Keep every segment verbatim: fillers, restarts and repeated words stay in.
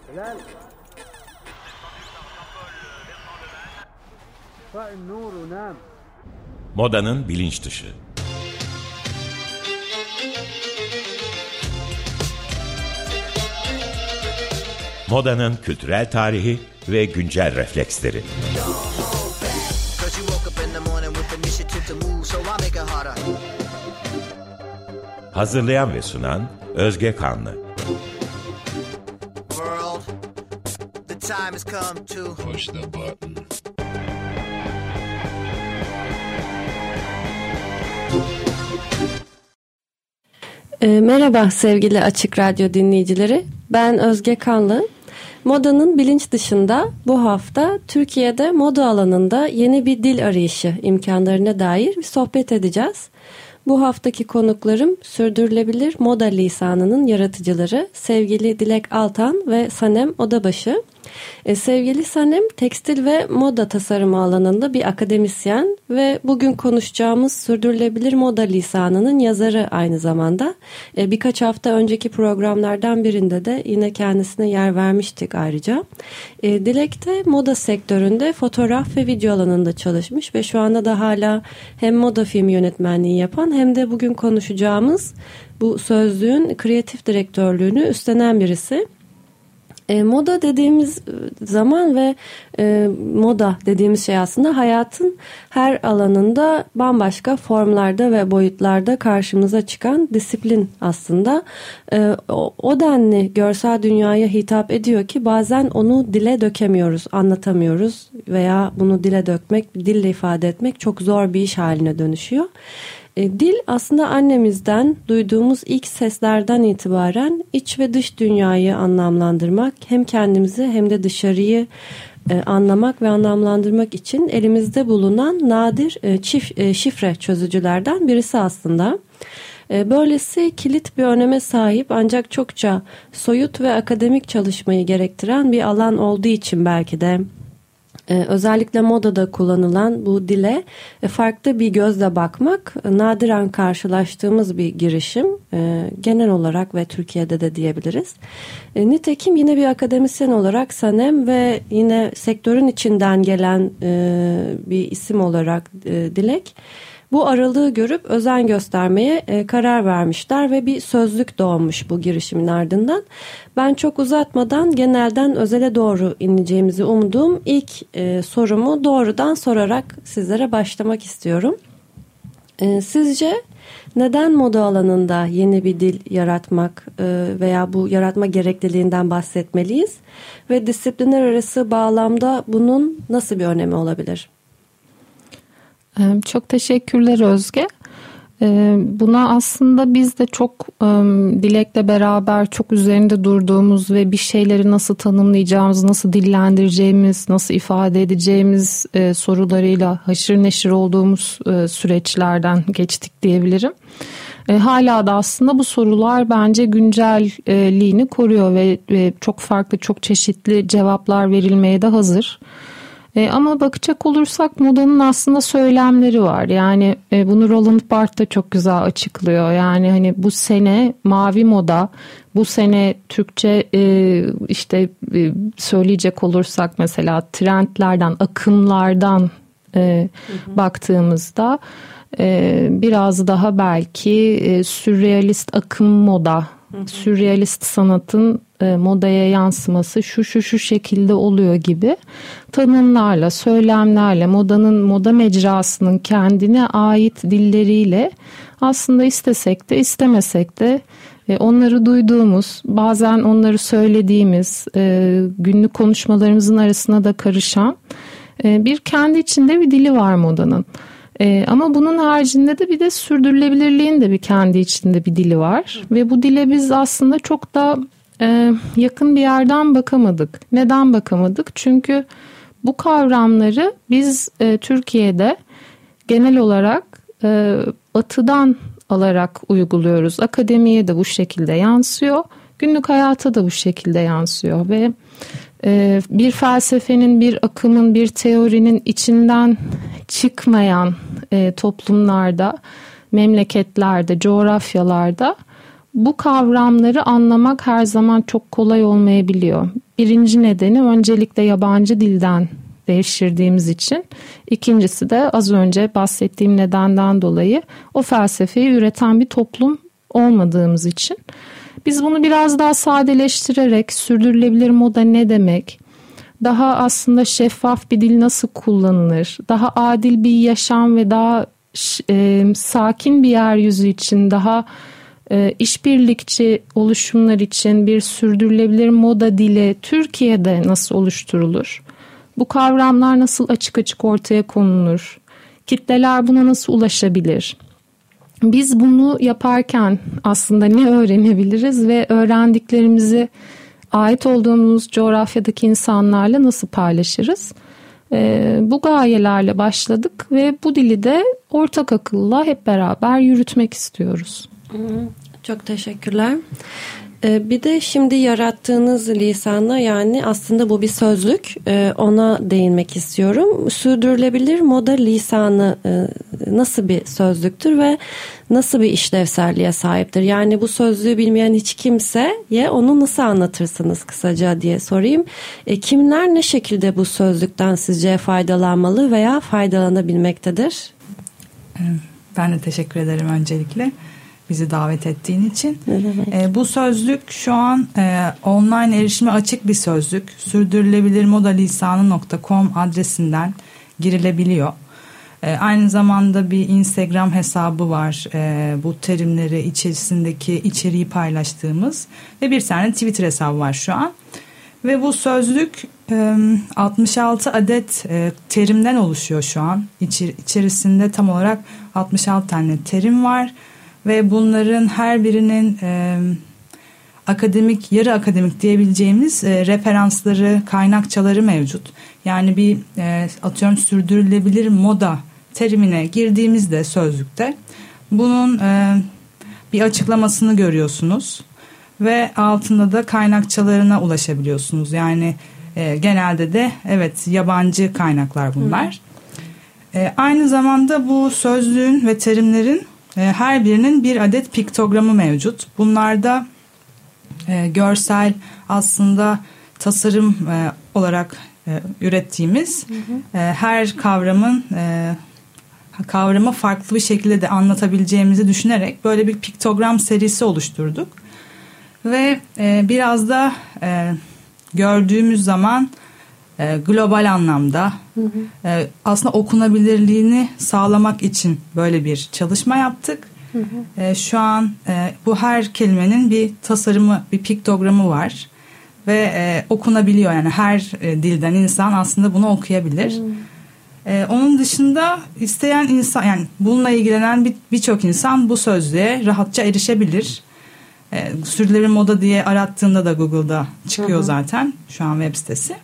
Modanın bilinç dışı. Modanın kültürel tarihi ve güncel refleksleri. Hazırlayan ve sunan Özge Kanlı. Push the button. E, merhaba sevgili Açık Radyo dinleyicileri. Ben Özge Kanlı. Modanın bilinç dışında bu hafta Türkiye'de moda alanında yeni bir dil arayışı imkanlarına dair bir sohbet edeceğiz. Bu haftaki konuklarım sürdürülebilir moda lisanının yaratıcıları sevgili Dilek Altan ve Sanem Odabaşı. Ee, sevgili Sanem tekstil ve moda tasarımı alanında bir akademisyen ve bugün konuşacağımız sürdürülebilir moda lisanının yazarı aynı zamanda. Ee, birkaç hafta önceki programlardan birinde de yine kendisine yer vermiştik ayrıca. Ee, Dilek de moda sektöründe fotoğraf ve video alanında çalışmış ve şu anda da hala hem moda film yönetmenliği yapan hem de bugün konuşacağımız bu sözlüğün kreatif direktörlüğünü üstlenen birisi. E, moda dediğimiz zaman ve e, moda dediğimiz şey aslında hayatın her alanında bambaşka formlarda ve boyutlarda karşımıza çıkan disiplin aslında. E, o, o denli görsel dünyaya hitap ediyor ki bazen onu dile dökemiyoruz, anlatamıyoruz veya bunu dile dökmek, dille ifade etmek çok zor bir iş haline dönüşüyor. E, dil aslında annemizden duyduğumuz ilk seslerden itibaren iç ve dış dünyayı anlamlandırmak, hem kendimizi hem de dışarıyı e, anlamak ve anlamlandırmak için elimizde bulunan nadir e, çift e, şifre çözücülerden birisi aslında. E, böylesi kilit bir öneme sahip ancak çokça soyut ve akademik çalışmayı gerektiren bir alan olduğu için belki de Ee, özellikle modada kullanılan bu dile e, farklı bir gözle bakmak e, nadiren karşılaştığımız bir girişim e, genel olarak ve Türkiye'de de diyebiliriz. E, nitekim yine bir akademisyen olarak Sanem ve yine sektörün içinden gelen e, bir isim olarak e, Dilek bu aralığı görüp özen göstermeye e, karar vermişler ve bir sözlük doğmuş bu girişimin ardından. Ben çok uzatmadan genelden özele doğru ineceğimizi umduğum ilk e, sorumu doğrudan sorarak sizlere başlamak istiyorum. E, sizce neden moda alanında yeni bir dil yaratmak e, veya bu yaratma gerekliliğinden bahsetmeliyiz? Ve disiplinler arası bağlamda bunun nasıl bir önemi olabilir? Çok teşekkürler Özge. Buna aslında biz de çok Dilek'le beraber çok üzerinde durduğumuz ve bir şeyleri nasıl tanımlayacağımız, nasıl dillendireceğimiz, nasıl ifade edeceğimiz sorularıyla haşır neşir olduğumuz süreçlerden geçtik diyebilirim. Hala da aslında bu sorular bence güncelliğini koruyor ve çok farklı, çok çeşitli cevaplar verilmeye de hazır. E, ama bakacak olursak modanın aslında söylemleri var. Yani e, bunu Roland Barthes da çok güzel açıklıyor. Yani hani bu sene mavi moda, bu sene Türkçe e, işte e, söyleyecek olursak mesela trendlerden, akımlardan e, hı hı. baktığımızda e, biraz daha belki e, sürrealist akım moda, hı hı. sürrealist sanatın e, modaya yansıması şu şu şu şekilde oluyor gibi tanımlarla, söylemlerle, modanın, moda mecrasının kendine ait dilleriyle aslında istesek de istemesek de e, onları duyduğumuz, bazen onları söylediğimiz, e, günlük konuşmalarımızın arasına da karışan e, bir kendi içinde bir dili var modanın. Ee, ama bunun haricinde de bir de sürdürülebilirliğin de bir kendi içinde bir dili var. Ve bu dile biz aslında çok da e, yakın bir yerden bakamadık. Neden bakamadık? Çünkü bu kavramları biz e, Türkiye'de genel olarak e, batıdan alarak uyguluyoruz. Akademiye de bu şekilde yansıyor. Günlük hayata da bu şekilde yansıyor ve e, bir felsefenin, bir akımın, bir teorinin içinden çıkmayan e, toplumlarda, memleketlerde, coğrafyalarda bu kavramları anlamak her zaman çok kolay olmayabiliyor. birinci nedeni öncelikle yabancı dilden devşirdiğimiz için. İkincisi de az önce bahsettiğim nedenden dolayı o felsefeyi üreten bir toplum olmadığımız için. Biz bunu biraz daha sadeleştirerek sürdürülebilir moda ne demek, daha aslında şeffaf bir dil nasıl kullanılır, daha adil bir yaşam ve daha e, sakin bir yeryüzü için, daha e, işbirlikçi oluşumlar için bir sürdürülebilir moda dili Türkiye'de nasıl oluşturulur? Bu kavramlar nasıl açık açık ortaya konulur? Kitleler buna nasıl ulaşabilir? Biz bunu yaparken aslında ne öğrenebiliriz ve öğrendiklerimizi ait olduğumuz coğrafyadaki insanlarla nasıl paylaşırız? Ee, bu gayelerle başladık ve bu dili de ortak akılla hep beraber yürütmek istiyoruz. Çok teşekkürler. Bir de şimdi yarattığınız lisanla, yani aslında bu bir sözlük, ona değinmek istiyorum. Sürdürülebilir moda lisanı nasıl bir sözlüktür ve nasıl bir işlevselliğe sahiptir? Yani bu sözlüğü bilmeyen hiç kimseye onu nasıl anlatırsınız kısaca diye sorayım. Kimler ne şekilde bu sözlükten sizce faydalanmalı veya faydalanabilmektedir? Ben de teşekkür ederim öncelikle bizi davet ettiğin için. E, bu sözlük şu an e, online erişime açık bir sözlük. sürdürülebilirmodalisanı nokta com adresinden girilebiliyor. E, aynı zamanda bir Instagram hesabı var. E, bu terimleri içerisindeki içeriği paylaştığımız ve bir tane Twitter hesabı var şu an. Ve bu sözlük e, altmış altı adet e, terimden oluşuyor şu an. İçer, içerisinde tam olarak altmış altı tane terim var. Ve bunların her birinin e, akademik, yarı akademik diyebileceğimiz e, referansları, kaynakçaları mevcut. Yani bir e, atıyorum sürdürülebilir moda terimine girdiğimizde sözlükte bunun e, bir açıklamasını görüyorsunuz. Ve altında da kaynakçalarına ulaşabiliyorsunuz. Yani e, genelde de evet yabancı kaynaklar bunlar. E, aynı zamanda bu sözlüğün ve terimlerin her birinin bir adet piktogramı mevcut. Bunlarda e, görsel aslında tasarım e, olarak e, ürettiğimiz hı hı. E, her kavramın e, kavramı farklı bir şekilde de anlatabileceğimizi düşünerek böyle bir piktogram serisi oluşturduk. Ve e, biraz da e, gördüğümüz zaman e, global anlamda hı hı. E, aslında okunabilirliğini sağlamak için böyle bir çalışma yaptık. Hı hı. E, şu an e, bu her kelimenin bir tasarımı, bir piktogramı var ve e, okunabiliyor. Yani her e, dilden insan aslında bunu okuyabilir. Hı. E, onun dışında isteyen insan, yani bununla ilgilenen bir, birçok insan bu sözlüğe rahatça erişebilir. E, sürdürülebilir moda diye arattığında da Google'da çıkıyor hı hı. zaten şu an web sitesi.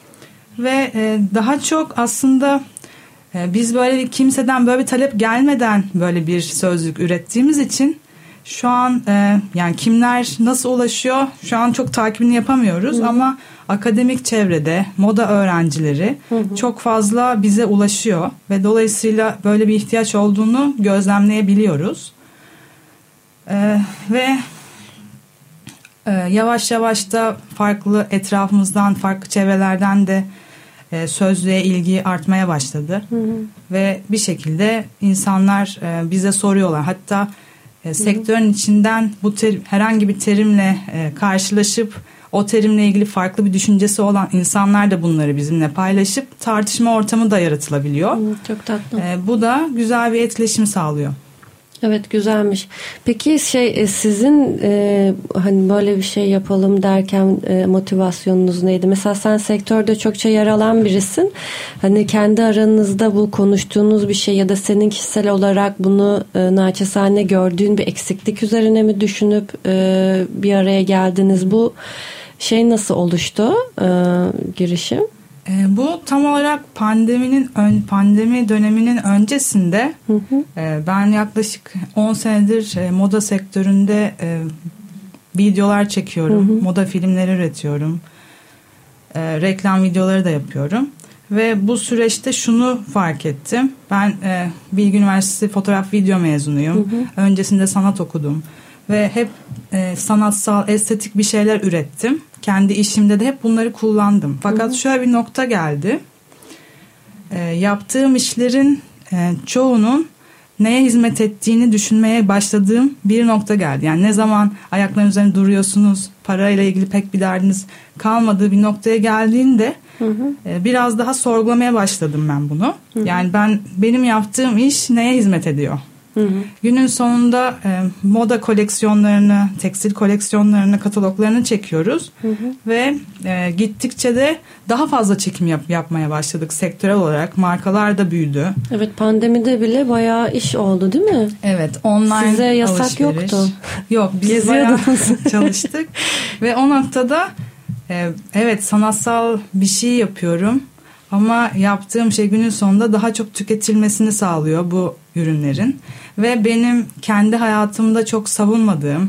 Ve e, daha çok aslında e, biz böyle bir kimseden böyle bir talep gelmeden böyle bir sözlük ürettiğimiz için şu an e, yani kimler nasıl ulaşıyor şu an çok takibini yapamıyoruz. Hı. Ama akademik çevrede moda öğrencileri hı hı. çok fazla bize ulaşıyor ve dolayısıyla böyle bir ihtiyaç olduğunu gözlemleyebiliyoruz. E, ve e, yavaş yavaş da farklı etrafımızdan, farklı çevrelerden de e, sözlüğe ilgi artmaya başladı. Hı hı. Ve bir şekilde insanlar e, bize soruyorlar. Hatta e, sektörün içinden bu ter, herhangi bir terimle e, karşılaşıp o terimle ilgili farklı bir düşüncesi olan insanlar da bunları bizimle paylaşıp tartışma ortamı da yaratılabiliyor. Hı, çok tatlı. E, bu da güzel bir etkileşim sağlıyor. Evet, güzelmiş. Peki şey sizin e, hani böyle bir şey yapalım derken e, motivasyonunuz neydi? Mesela sen sektörde çokça yer alan birisin. Hani kendi aranızda bu konuştuğunuz bir şey ya da senin kişisel olarak bunu e, naçizane gördüğün bir eksiklik üzerine mi düşünüp e, bir araya geldiniz? Bu şey nasıl oluştu e, girişim? E, bu tam olarak pandeminin ön, pandemi döneminin öncesinde hı hı. E, ben yaklaşık on senedir e, moda sektöründe e, videolar çekiyorum, hı hı. moda filmleri üretiyorum, e, reklam videoları da yapıyorum ve bu süreçte şunu fark ettim. Ben e, Bilgi Üniversitesi fotoğraf video mezunuyum. Hı hı. Öncesinde sanat okudum ve hep e, sanatsal, estetik bir şeyler ürettim. kendi işimde de hep bunları kullandım. Fakat hı hı. şöyle bir nokta geldi. E, yaptığım işlerin e, çoğunun neye hizmet ettiğini düşünmeye başladığım bir nokta geldi. Yani ne zaman ayakların üzerinde duruyorsunuz, parayla ilgili pek bir derdiniz kalmadığı bir noktaya geldiğinde hı hı. E, biraz daha sorgulamaya başladım ben bunu. Hı hı. Yani ben benim yaptığım iş neye hizmet ediyor? Hı hı. Günün sonunda e, moda koleksiyonlarını, tekstil koleksiyonlarını, kataloglarını çekiyoruz. Hı hı. Ve e, gittikçe de daha fazla çekim yap, yapmaya başladık sektörel olarak. Markalar da büyüdü. Evet, pandemide bile bayağı iş oldu değil mi? Evet, online size yasak alışveriş yoktu. Yok, biz bayağı çalıştık. Ve o noktada e, evet sanatsal bir şey yapıyorum. Ama yaptığım şey günün sonunda daha çok tüketilmesini sağlıyor bu ürünlerin. Ve benim kendi hayatımda çok savunmadığım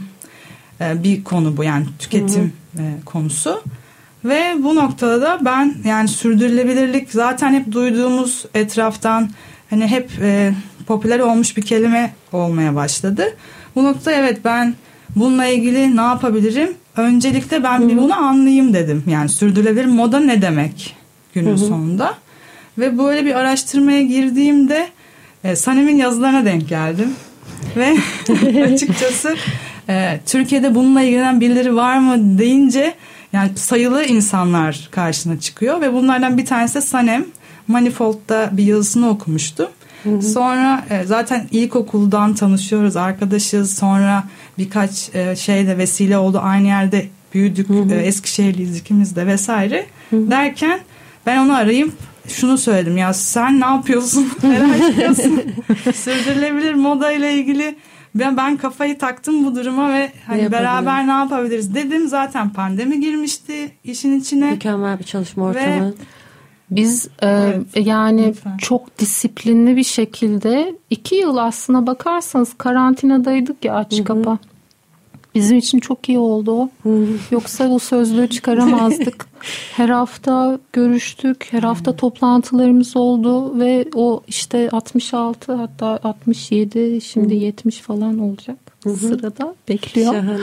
bir konu bu, yani tüketim hı hı. konusu. Ve bu noktada da ben yani sürdürülebilirlik zaten hep duyduğumuz etraftan hani hep e, popüler olmuş bir kelime olmaya başladı. Bu nokta evet ben bununla ilgili ne yapabilirim? Öncelikle ben hı hı. bir bunu anlayayım dedim. Yani sürdürülebilir moda ne demek günün hı hı. sonunda. Ve böyle bir araştırmaya girdiğimde e, Sanem'in yazılarına denk geldim. Ve açıkçası e, Türkiye'de bununla ilgilenen birileri var mı deyince yani sayılı insanlar karşına çıkıyor. Ve bunlardan bir tanesi de Sanem. Manifold'da bir yazısını okumuştum. Hı hı. Sonra e, zaten ilkokuldan tanışıyoruz, arkadaşız. Sonra birkaç e, şeyde vesile oldu. Aynı yerde büyüdük. Hı hı. E, Eskişehirliyiz ikimiz de vesaire. Hı hı. Derken ben onu arayıp şunu söyledim, ya sen ne yapıyorsun? Neler yapıyorsun? Sürdürülebilir moda ile ilgili ben, ben kafayı taktım bu duruma ve hani ne beraber ne yapabiliriz dedim. Zaten pandemi girmişti işin içine. Mükemmel bir çalışma ortamı. Ve biz evet, e, yani lütfen. Çok disiplinli bir şekilde iki yıl aslına bakarsanız karantinadaydık ya, aç kapa. Bizim için çok iyi oldu o. Yoksa o sözlüğü çıkaramazdık. Her hafta görüştük. Her hafta toplantılarımız oldu. Ve o işte altmış altı hatta altmış yedi şimdi yetmiş falan olacak. Sırada bekliyor. Şahane.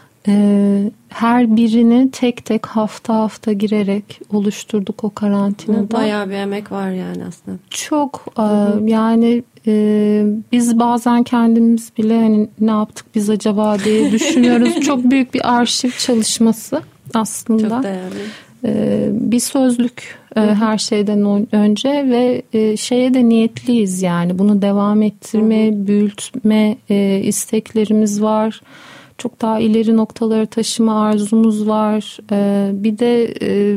Ee, her birini tek tek hafta hafta girerek oluşturduk o karantinada. Bayağı bir emek var yani aslında. Çok e, yani e, biz bazen kendimiz bile hani ne yaptık biz acaba diye düşünüyoruz. Çok büyük bir arşiv çalışması aslında. Çok değerli. E, bir sözlük e, her şeyden önce ve e, şeye de niyetliyiz yani bunu devam ettirme, hı hı. büyütme e, isteklerimiz var. Çok daha ileri noktalara taşıma arzumuz var. Ee, bir de e,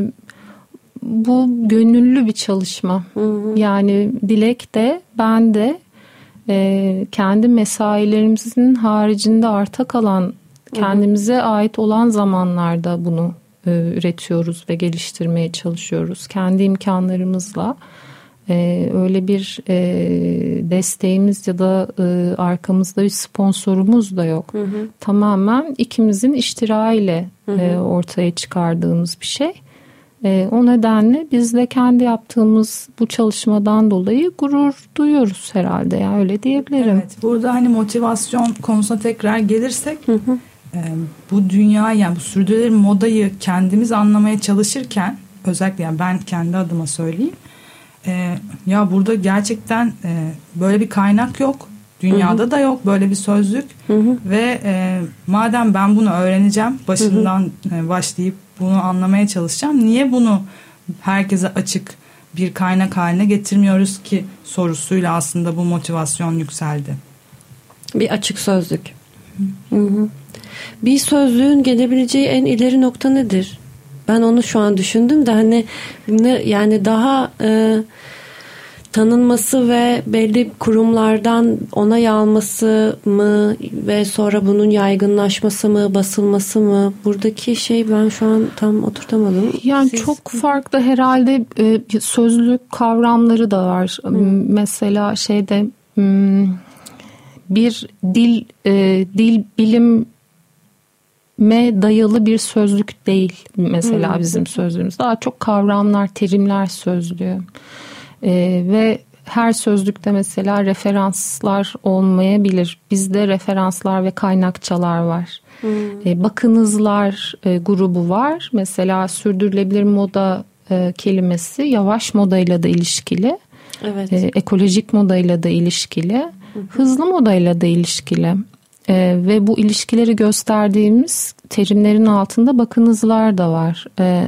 bu gönüllü bir çalışma. Hı hı. Yani Dilek de ben de e, kendi mesailerimizin haricinde arta kalan kendimize hı hı. ait olan zamanlarda bunu e, üretiyoruz ve geliştirmeye çalışıyoruz. Kendi imkanlarımızla. Ee, öyle bir e, desteğimiz ya da e, arkamızda bir sponsorumuz da yok. Hı hı. Tamamen ikimizin iştiraiyle hı hı. E, ortaya çıkardığımız bir şey. E, o nedenle biz de kendi yaptığımız bu çalışmadan dolayı gurur duyuyoruz herhalde. Ya öyle diyebilirim. Evet, burada hani motivasyon konusuna tekrar gelirsek hı hı. E, bu dünya yani bu sürdürülebilir modayı kendimiz anlamaya çalışırken özellikle yani ben kendi adıma söyleyeyim. Ee, ya burada gerçekten e, böyle bir kaynak yok. Dünyada hı hı. da yok böyle bir sözlük. Hı hı. Ve e, madem ben bunu öğreneceğim, başından hı hı. E, başlayıp bunu anlamaya çalışacağım. Niye bunu herkese açık bir kaynak haline getirmiyoruz ki sorusuyla aslında bu motivasyon yükseldi. Bir açık sözlük. Hı hı. Bir sözlüğün gelebileceği en ileri nokta nedir? Ben onu şu an düşündüm de hani ne, yani daha e, tanınması ve belli kurumlardan onay alması mı ve sonra bunun yaygınlaşması mı, basılması mı? Buradaki şey ben şu an tam oturtamadım. Yani Siz... çok farklı herhalde e, sözlük kavramları da var. Hmm. Mesela şeyde hmm, bir dil e, dil bilim me dayalı bir sözlük değil mesela hmm. bizim sözlüğümüz. Daha çok kavramlar, terimler sözlüğü. Ee, ve her sözlükte mesela referanslar olmayabilir. Bizde referanslar ve kaynakçalar var. Hmm. E, bakınızlar e, grubu var. Mesela sürdürülebilir moda e, kelimesi yavaş modayla da ilişkili. Evet. E, ekolojik modayla da ilişkili. Hı hı. Hızlı modayla da ilişkili. E, ve bu ilişkileri gösterdiğimiz terimlerin altında bakınızlar da var. E,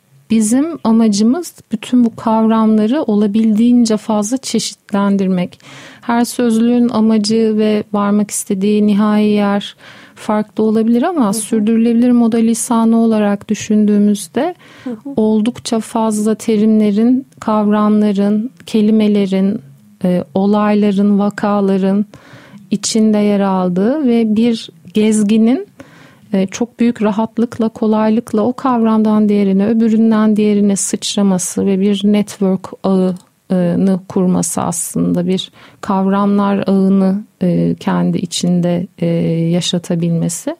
bizim amacımız bütün bu kavramları olabildiğince fazla çeşitlendirmek. Her sözlüğün amacı ve varmak istediği nihai yer farklı olabilir ama hı hı. sürdürülebilir moda lisanı olarak düşündüğümüzde hı hı. oldukça fazla terimlerin, kavramların, kelimelerin, e, olayların, vakaların içinde yer aldığı ve bir gezginin e, çok büyük rahatlıkla, kolaylıkla o kavramdan diğerine, öbüründen diğerine sıçraması ve bir network ağını kurması, aslında bir kavramlar ağını e, kendi içinde e, yaşatabilmesi.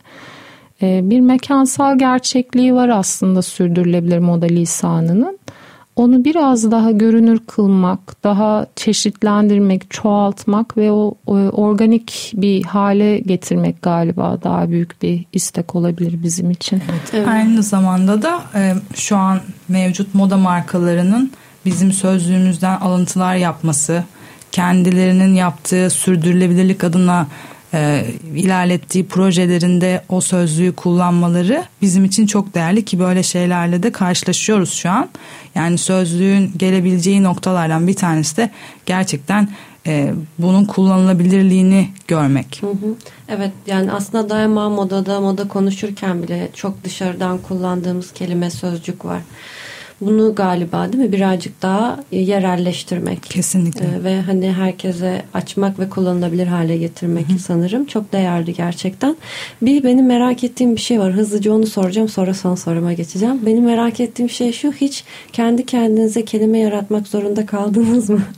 E, bir mekansal gerçekliği var aslında sürdürülebilir moda lisanının. Onu biraz daha görünür kılmak, daha çeşitlendirmek, çoğaltmak ve o, o organik bir hale getirmek galiba daha büyük bir istek olabilir bizim için. Evet. Evet. Aynı zamanda da e, şu an mevcut moda markalarının bizim sözlüğümüzden alıntılar yapması, kendilerinin yaptığı sürdürülebilirlik adına e, ilerlettiği projelerinde o sözlüğü kullanmaları bizim için çok değerli ki böyle şeylerle de karşılaşıyoruz şu an. Yani sözlüğün gelebileceği noktalardan bir tanesi de gerçekten e, bunun kullanılabilirliğini görmek. Hı hı. Evet, yani aslında daima modada, moda konuşurken bile çok dışarıdan kullandığımız kelime, sözcük var. Bunu galiba değil mi birazcık daha yerelleştirmek. Kesinlikle. Ee, ve hani herkese açmak ve kullanılabilir hale getirmek, hı-hı, sanırım çok değerli gerçekten. Bir benim merak ettiğim bir şey var. Hızlıca onu soracağım, sonra son soruma geçeceğim. Benim merak ettiğim şey şu: hiç kendi kendinize kelime yaratmak zorunda kaldınız mı?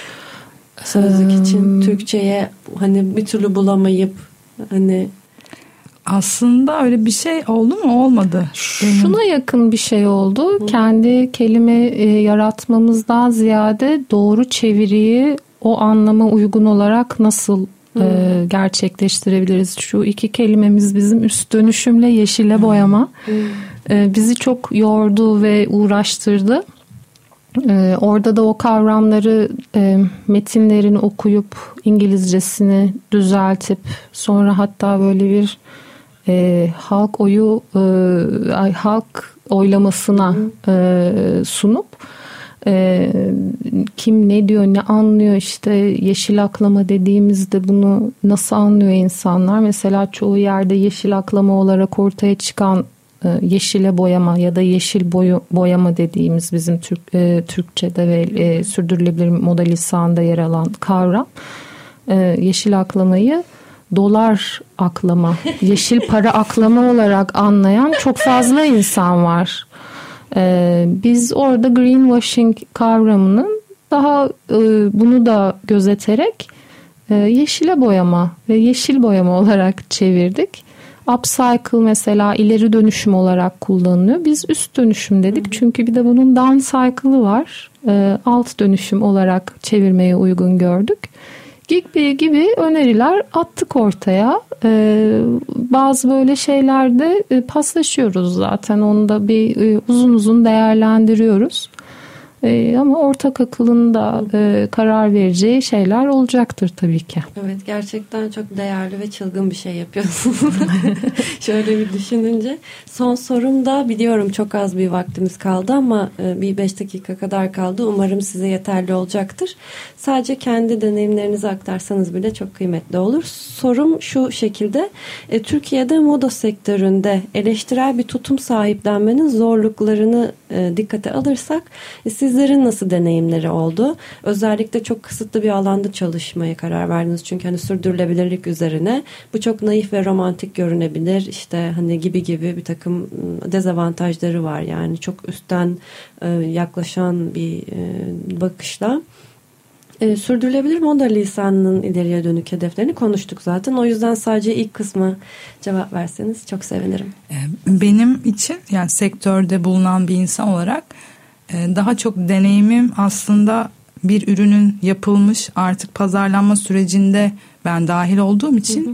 Sözlük um... için Türkçe'ye hani bir türlü bulamayıp hani... Aslında öyle bir şey oldu mu? Olmadı. Şuna yakın bir şey oldu. Hı. Kendi kelime e, yaratmamızdan ziyade doğru çeviriyi o anlama uygun olarak nasıl e, gerçekleştirebiliriz? Şu iki kelimemiz bizim üst dönüşümle yeşile boyama. E, bizi çok yordu ve uğraştırdı. E, orada da o kavramları, e, metinlerini okuyup İngilizcesini düzeltip sonra hatta böyle bir E, halk oyu e, halk oylamasına e, sunup e, kim ne diyor, ne anlıyor, işte yeşil aklama dediğimizde bunu nasıl anlıyor insanlar? Mesela çoğu yerde yeşil aklama olarak ortaya çıkan e, yeşile boyama ya da yeşil boyu, boyama dediğimiz bizim Türk, e, Türkçe'de ve e, sürdürülebilir moda lisanında yer alan kavram, e, yeşil aklamayı dolar aklama, yeşil para aklama olarak anlayan çok fazla insan var. Ee, biz orada greenwashing kavramının daha e, bunu da gözeterek e, yeşile boyama ve yeşil boyama olarak çevirdik. Upcycle mesela ileri dönüşüm olarak kullanılıyor. Biz üst dönüşüm dedik. Hı hı. Çünkü bir de bunun downcycle'ı var. E, alt dönüşüm olarak çevirmeye uygun gördük. Gibi gibi öneriler attık ortaya. Ee, bazı böyle şeylerde e, paslaşıyoruz zaten. Onu da bir e, uzun uzun değerlendiriyoruz. E, ama ortak akılın da e, karar vereceği şeyler olacaktır tabii ki. Evet, gerçekten çok değerli ve çılgın bir şey yapıyorsunuz. Şöyle bir düşününce. Son sorum da, biliyorum çok az bir vaktimiz kaldı ama e, bir beş dakika kadar kaldı. Umarım size yeterli olacaktır. Sadece kendi deneyimlerinizi aktarsanız bile çok kıymetli olur. Sorum şu şekilde: e, Türkiye'de moda sektöründe eleştirel bir tutum sahiplenmenin zorluklarını e, dikkate alırsak e, sizlerin nasıl deneyimleri oldu? Özellikle çok kısıtlı bir alanda çalışmaya karar verdiniz. Çünkü hani sürdürülebilirlik üzerine bu çok naif ve romantik görünebilir. İşte hani gibi gibi bir takım dezavantajları var. Yani çok üstten e, yaklaşan bir e, bakışla. E, sürdürülebilir moda lisanının ileriye dönük hedeflerini konuştuk zaten. O yüzden sadece ilk kısmı cevap verseniz çok sevinirim. Benim için, yani sektörde bulunan bir insan olarak, daha çok deneyimim aslında bir ürünün yapılmış, artık pazarlanma sürecinde ben dahil olduğum için, hı hı,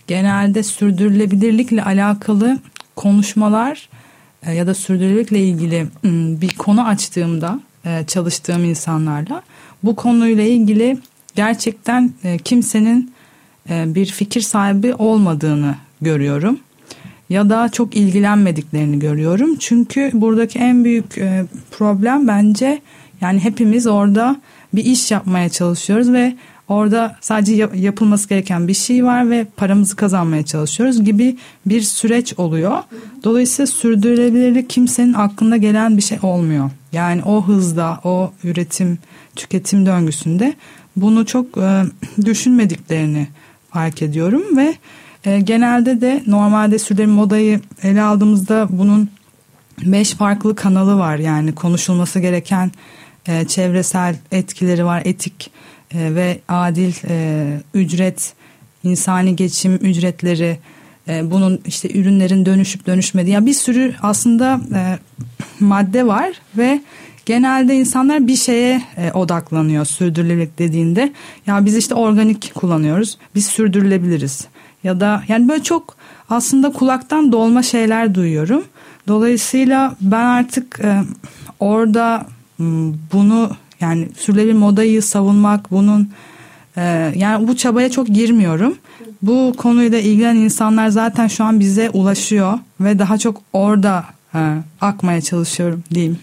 genelde sürdürülebilirlikle alakalı konuşmalar e, ya da sürdürülebilirlikle ilgili m, bir konu açtığımda e, çalıştığım insanlarla bu konuyla ilgili gerçekten e, kimsenin e, bir fikir sahibi olmadığını görüyorum. Ya da çok ilgilenmediklerini görüyorum. Çünkü buradaki en büyük e, problem bence yani hepimiz orada bir iş yapmaya çalışıyoruz ve orada sadece yap- yapılması gereken bir şey var ve paramızı kazanmaya çalışıyoruz gibi bir süreç oluyor. Dolayısıyla sürdürülebilirlik kimsenin aklına gelen bir şey olmuyor. Yani o hızda, o üretim, tüketim döngüsünde bunu çok e, düşünmediklerini fark ediyorum ve e, genelde de normalde sürdürülebilir modayı ele aldığımızda bunun beş farklı kanalı var. Yani konuşulması gereken e, çevresel etkileri var, etik e, ve adil e, ücret, insani geçim ücretleri, e, bunun işte ürünlerin dönüşüp dönüşmediği, yani bir sürü aslında e, madde var ve genelde insanlar bir şeye e, odaklanıyor sürdürülebilirlik dediğinde. Ya biz işte organik kullanıyoruz, biz sürdürülebiliriz. Ya da yani böyle çok aslında kulaktan dolma şeyler duyuyorum. Dolayısıyla ben artık e, orada m, bunu yani sürdürülebilir modayı savunmak, bunun e, yani bu çabaya çok girmiyorum. Bu konuyla ilgilenen insanlar zaten şu an bize ulaşıyor ve daha çok orada e, akmaya çalışıyorum diyeyim.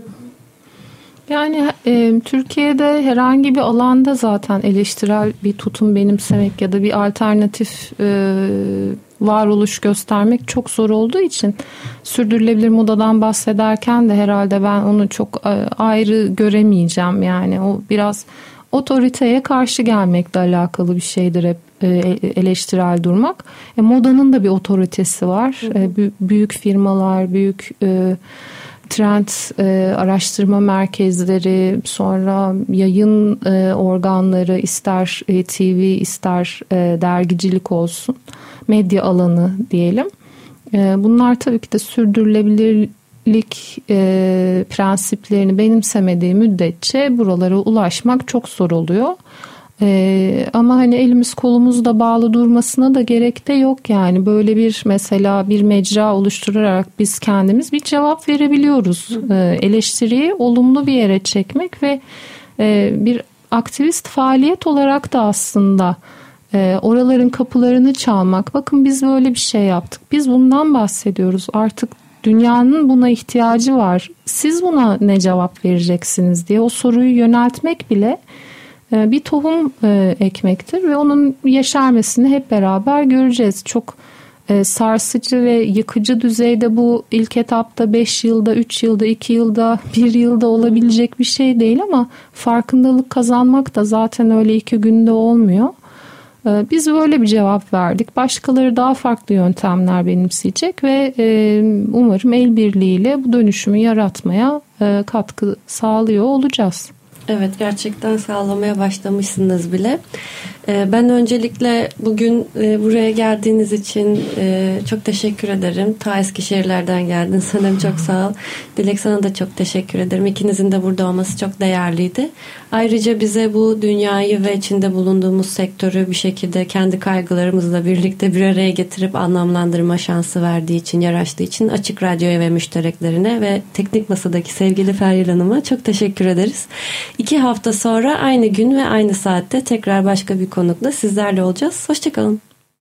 Yani e, Türkiye'de herhangi bir alanda zaten eleştirel bir tutum benimsemek ya da bir alternatif e, varoluş göstermek çok zor olduğu için sürdürülebilir modadan bahsederken de herhalde ben onu çok e, ayrı göremeyeceğim. Yani o biraz otoriteye karşı gelmekle alakalı bir şeydir hep e, eleştirel durmak. E, modanın da bir otoritesi var. E, büyük firmalar, büyük e, trend e, araştırma merkezleri, sonra yayın e, organları, ister e, T V ister e, dergicilik olsun, medya alanı diyelim. E, bunlar tabii ki de sürdürülebilirlik e, prensiplerini benimsemediği müddetçe buralara ulaşmak çok zor oluyor. Ee, ama hani elimiz kolumuz da bağlı durmasına da gerek de yok yani böyle bir mesela bir mecra oluşturarak biz kendimiz bir cevap verebiliyoruz. Ee, eleştiriyi olumlu bir yere çekmek ve e, bir aktivist faaliyet olarak da aslında e, oraların kapılarını çalmak. Bakın biz böyle bir şey yaptık, biz bundan bahsediyoruz, artık dünyanın buna ihtiyacı var, siz buna ne cevap vereceksiniz diye o soruyu yöneltmek bile bir tohum ekmektir ve onun yeşermesini hep beraber göreceğiz. Çok sarsıcı ve yıkıcı düzeyde bu ilk etapta beş yılda, üç yılda, iki yılda, bir yılda olabilecek bir şey değil ama farkındalık kazanmak da zaten öyle iki günde olmuyor. Biz böyle bir cevap verdik. Başkaları daha farklı yöntemler benimseyecek ve umarım el birliğiyle bu dönüşümü yaratmaya katkı sağlıyor olacağız. Evet, gerçekten sağlamaya başlamışsınız bile. Ben öncelikle bugün buraya geldiğiniz için çok teşekkür ederim. Ta Eskişehirlerden geldin. Sanırım çok sağ ol. Dilek, sana da çok teşekkür ederim. İkinizin de burada olması çok değerliydi. Ayrıca bize bu dünyayı ve içinde bulunduğumuz sektörü bir şekilde kendi kaygılarımızla birlikte bir araya getirip anlamlandırma şansı verdiği için, yaraştığı için Açık Radyo'ya ve müştereklerine ve Teknik Masa'daki sevgili Feryal Hanım'a çok teşekkür ederiz. İki hafta sonra aynı gün ve aynı saatte tekrar başka bir konukla sizlerle olacağız. Hoşçakalın.